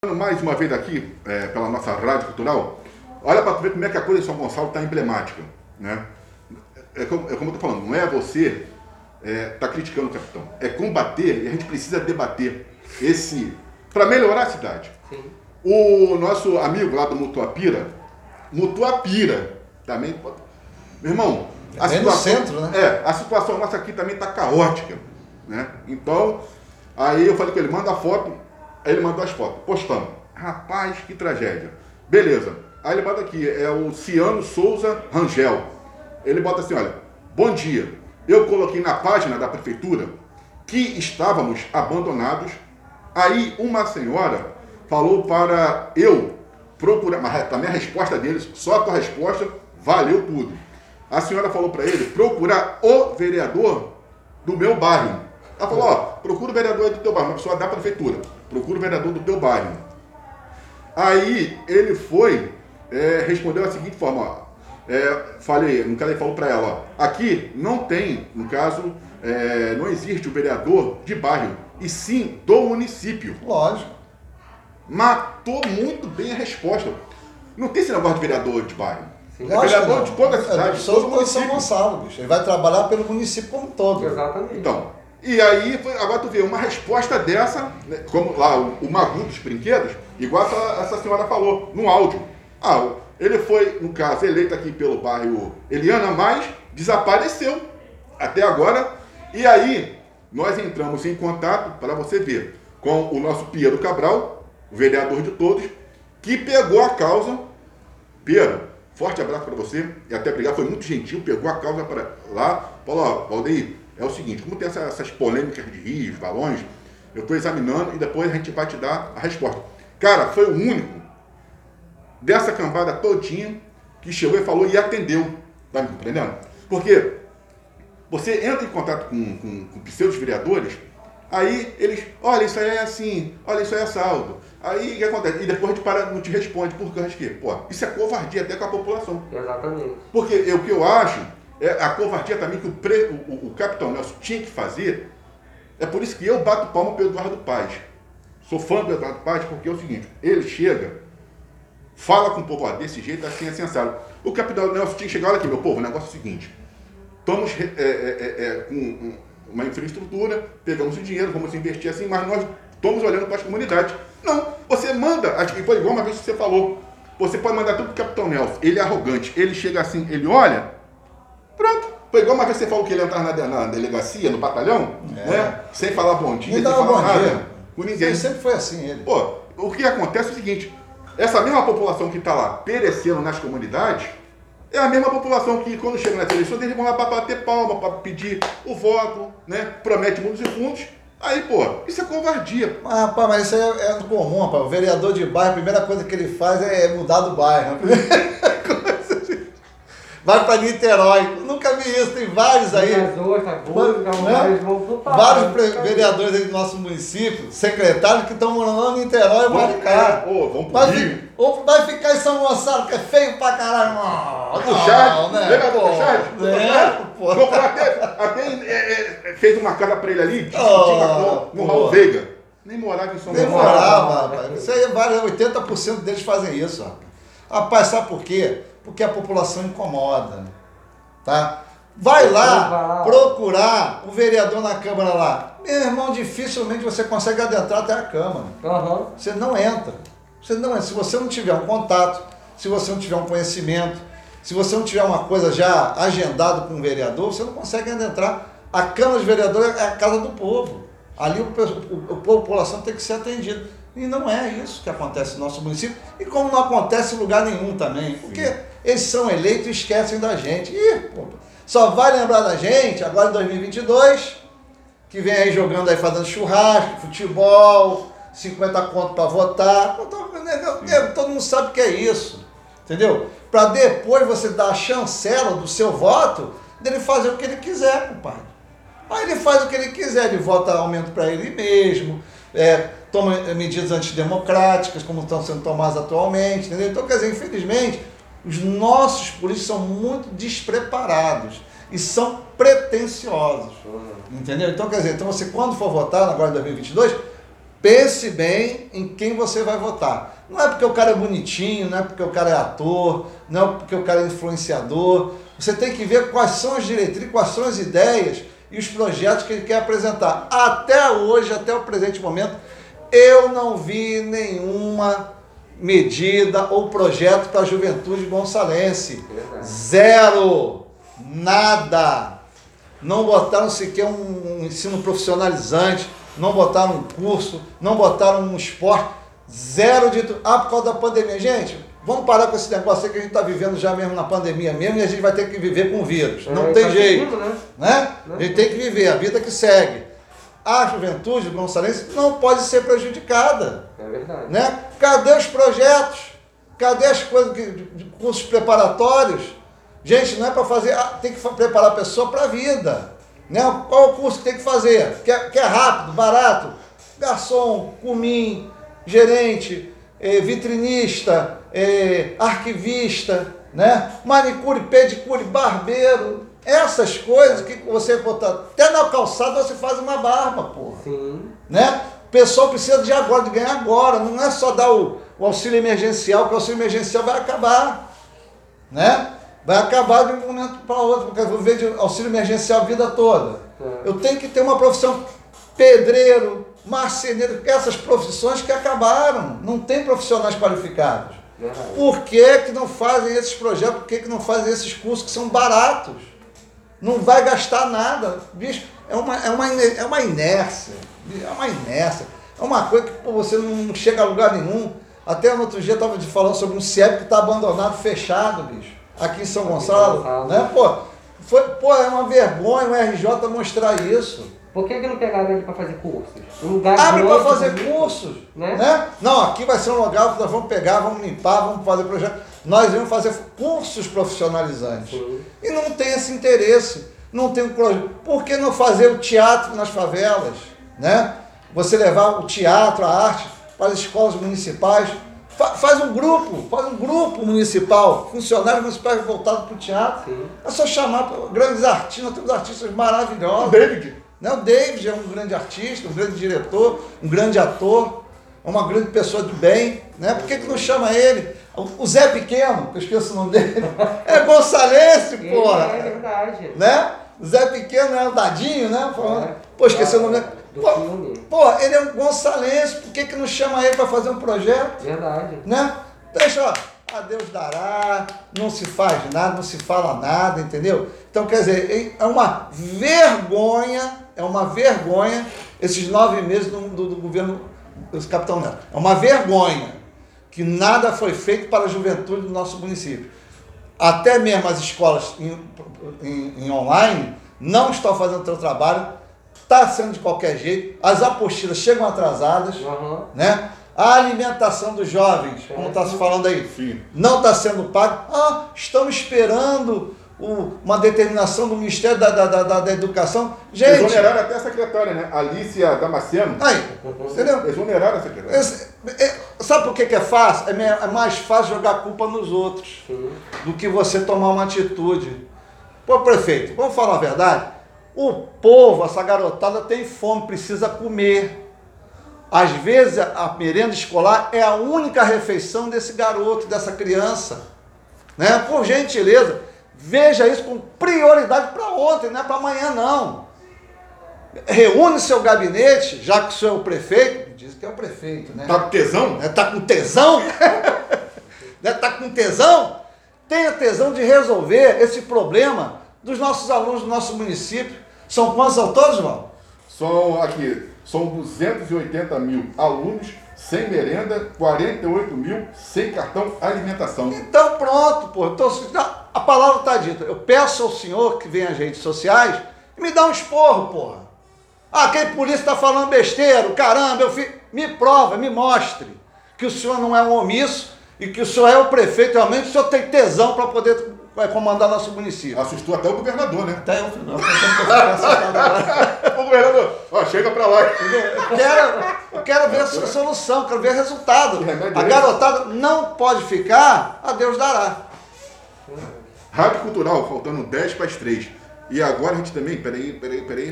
Mais uma vez aqui, pela nossa rádio cultural, olha para tu ver como é que a coisa de São Gonçalo está emblemática, né? Como eu estou falando, não é você tá criticando o capitão, é combater, e a gente precisa debater para melhorar a cidade. Sim. O nosso amigo lá do Mutuapira, também, meu irmão, a situação, no centro, né? a situação nossa aqui também está caótica, né? Então, aí eu falei com ele, manda a foto. Aí ele mandou as fotos, postamos. Rapaz, que tragédia. Beleza. Aí ele bota aqui, é o Ciano Souza Rangel. Ele bota assim, olha, bom dia. Eu coloquei na página da prefeitura que estávamos abandonados. Aí uma senhora falou para eu procurar, mas também a resposta deles, só a tua resposta valeu tudo. A senhora falou para ele procurar o vereador do meu bairro. Ela falou, ó, procura o vereador do teu bairro, uma pessoa da prefeitura. Procura o vereador do teu bairro. Aí ele foi, respondeu da seguinte forma, ó, no caso ele falou para ela, ó, aqui não tem, no caso, não existe o vereador de bairro, e sim do município. Lógico. Matou muito bem a resposta. Não tem esse negócio de vereador de bairro. Sim. É vereador de toda a cidade, de todo o São município. Gonçalo, bicho. Ele vai trabalhar pelo município como um todo. Exatamente. Então, e aí, agora tu vê, uma resposta dessa, né, como lá o Magu dos brinquedos, igual essa senhora falou, no áudio. Ele foi, no caso, eleito aqui pelo bairro Eliana, mas desapareceu até agora. E aí, nós entramos em contato, para você ver, com o nosso Piero Cabral, o vereador de todos, que pegou a causa. Piero, forte abraço para você, e até obrigado, foi muito gentil, pegou a causa para lá, falou, ó, Valdeir, é o seguinte, como tem essas polêmicas de rios, valões, eu estou examinando e depois a gente vai te dar a resposta. Cara, foi o único dessa cambada todinha que chegou e falou e atendeu. Tá me compreendendo? Porque você entra em contato com pseudos vereadores, aí eles, olha, isso aí é assim, olha, isso aí é saldo. Aí o que acontece? E depois a gente não te responde, por causa de quê? Pô, isso é covardia até com a população. Exatamente. Porque o que eu acho a covardia também que o capitão Nelson tinha que fazer. É por isso que eu bato palma pelo Eduardo Paz. Sou fã do Eduardo Paz porque é o seguinte, ele chega, fala com o povo, ó, desse jeito, assim é sensato. O capitão Nelson tinha que chegar, olha aqui, meu povo, o negócio é o seguinte, estamos com uma infraestrutura, pegamos o dinheiro, vamos investir assim, mas nós estamos olhando para as comunidades. Não, você manda, acho que foi igual uma vez que você falou, você pode mandar tudo pro capitão Nelson, ele é arrogante, ele chega assim, ele olha, pronto. Foi igual uma vez que você falou que ele entrar na delegacia, no batalhão, né? Sem falar bom dia, sem falar nada com ninguém. Ele sempre foi assim, ele. Pô, o que acontece é o seguinte, essa mesma população que está lá perecendo nas comunidades, é a mesma população que quando chega nas eleições, eles vão lá para bater palma, para pedir o voto, né? Promete mundos e fundos. Aí, pô, isso é covardia. Mas, rapaz, mas isso aí é comum, rapaz. O vereador de bairro, a primeira coisa que ele faz é mudar do bairro. Vai para Niterói. Nunca vi isso, tem vários aí. Vários vereadores aí do nosso município, secretários que estão morando lá em Niterói e Maricá. Vai ficar em São Gonçalo, que é feio pra caralho. O Chad, né? Lembra do Chad? Até fez uma casa pra ele ali, no Raul Veiga. Nem morava em São Gonçalo. Nem morava, rapaz. Isso aí, 80% deles fazem isso, rapaz. Rapaz, sabe por quê? Porque a população incomoda, tá? Vai lá procurar o vereador na Câmara lá. Meu irmão, dificilmente você consegue adentrar até a Câmara. Uhum. Você não entra. Você não entra. Se você não tiver um contato, se você não tiver um conhecimento, se você não tiver uma coisa já agendada com um vereador, você não consegue adentrar. A Câmara de Vereadores é a casa do povo. Ali a população tem que ser atendida. E não é isso que acontece no nosso município. E como não acontece em lugar nenhum também. Porque eles são eleitos e esquecem da gente. Só vai lembrar da gente agora em 2022, que vem aí jogando aí, fazendo churrasco, futebol, 50 conto para votar. Todo mundo sabe o que é isso. Entendeu? Para depois você dar a chancela do seu voto, dele fazer o que ele quiser, compadre. Aí ele faz o que ele quiser, ele vota aumento para ele mesmo, toma medidas antidemocráticas, como estão sendo tomadas atualmente, entendeu? Então, quer dizer, infelizmente, os nossos políticos são muito despreparados e são pretensiosos, entendeu? Então, quer dizer, você quando for votar agora em 2022, pense bem em quem você vai votar. Não é porque o cara é bonitinho, não é porque o cara é ator, não é porque o cara é influenciador. Você tem que ver quais são as diretrizes, quais são as ideias e os projetos que ele quer apresentar. Até hoje, até o presente momento, eu não vi nenhuma medida ou projeto para a juventude gonçalense. Zero. Nada. Não botaram sequer um ensino profissionalizante, não botaram um curso, não botaram um esporte. Zero de tudo. Por causa da pandemia. Gente, vamos parar com esse negócio aí que a gente está vivendo já mesmo na pandemia mesmo e a gente vai ter que viver com o vírus. Não tem jeito. Né? A gente tem que viver, a vida que segue. A juventude gonçalense não pode ser prejudicada. É verdade. Né? Cadê os projetos? Cadê as coisas de cursos preparatórios? Gente, não é para fazer, tem que preparar a pessoa para a vida. Né? Qual o curso que tem que fazer? Que é rápido, barato? Garçom, cumim, gerente, vitrinista, arquivista, né? Manicure, pedicure, barbeiro. Essas coisas que você botar, até na calçada você faz uma barba, porra. Sim. Né? O pessoal precisa de agora, de ganhar agora. Não é só dar o auxílio emergencial, que o auxílio emergencial vai acabar. Né? Vai acabar de um momento para outro, porque eu vou ver de auxílio emergencial a vida toda. Eu tenho que ter uma profissão pedreiro, marceneiro, essas profissões que acabaram. Não tem profissionais qualificados. Por que não fazem esses projetos? Por que não fazem esses cursos que são baratos? Não vai gastar nada. Bicho, é uma inércia. É uma inércia. É uma coisa que você não chega a lugar nenhum. Até no outro dia eu estava falando sobre um CIEP que está abandonado, fechado, bicho. Aqui em São Gonçalo. Né? É uma vergonha o RJ mostrar isso. Por que não pegaram ele para fazer cursos? Um lugar abre para fazer cursos. Né? Não, aqui vai ser um lugar que nós vamos pegar, vamos limpar, vamos fazer projeto. Nós vamos fazer cursos profissionalizantes. Sim. E não tem esse interesse. Não tem um projeto. Por que não fazer o teatro nas favelas? Né? Você levar o teatro, a arte para as escolas municipais. Faz um grupo municipal, funcionários municipais voltados para o teatro. Sim. É só chamar grandes artistas, nós temos artistas maravilhosos. O David. Né? O David é um grande artista, um grande diretor, um grande ator, uma grande pessoa de bem. Né? Por que não chama ele? O Zé Pequeno, que eu esqueço o nome dele, é gonçalense, porra. É verdade. Né? O Zé Pequeno é o Dadinho, né? Pô, esqueci o nome dele. Pô, ele é um gonçalense, por que não chama ele para fazer um projeto? Verdade. Né? Deixa, a Deus dará, não se faz nada, não se fala nada, entendeu? Então, quer dizer, é uma vergonha esses 9 meses do governo do Capitão Neto. É uma vergonha que nada foi feito para a juventude do nosso município. Até mesmo as escolas em online não estão fazendo o seu trabalho, está sendo de qualquer jeito, as apostilas chegam atrasadas, né? A alimentação dos jovens, como está se falando aí, não está sendo paga. Estamos esperando uma determinação do Ministério da Educação. Gente, exoneraram até a secretária, né? Alicia Damasceno. Aí, entendeu? Exoneraram a secretária. Sabe por que é fácil? É mais fácil jogar a culpa nos outros do que você tomar uma atitude. Pô, prefeito, vamos falar a verdade? O povo, essa garotada tem fome, precisa comer. Às vezes a merenda escolar é a única refeição desse garoto, dessa criança. Né? Por gentileza, veja isso com prioridade para ontem, não é para amanhã não. Reúne seu gabinete, já que o senhor é o prefeito, diz que é o prefeito, né? Tá com tesão? Tá com tesão? Tá com tesão? Tenha tesão de resolver esse problema dos nossos alunos do nosso município. São quantos ao todo, João? São 280 mil alunos sem merenda, 48 mil sem cartão alimentação. Então pronto, pô. Então, a palavra está dita. Eu peço ao senhor que venha às redes sociais e me dá um esporro, porra. Aquele polícia está falando besteira, caramba, me prova, me mostre que o senhor não é um omisso e que o senhor é o prefeito, realmente o senhor tem tesão para poder comandar nosso município. Assustou até o governador, né? Até eu, não. Ô governador, chega pra lá. Eu quero ver a solução, quero ver resultado. A garotada não pode ficar, a Deus dará. Rádio Cultural, faltando 10 para as 3. E agora a gente também, peraí.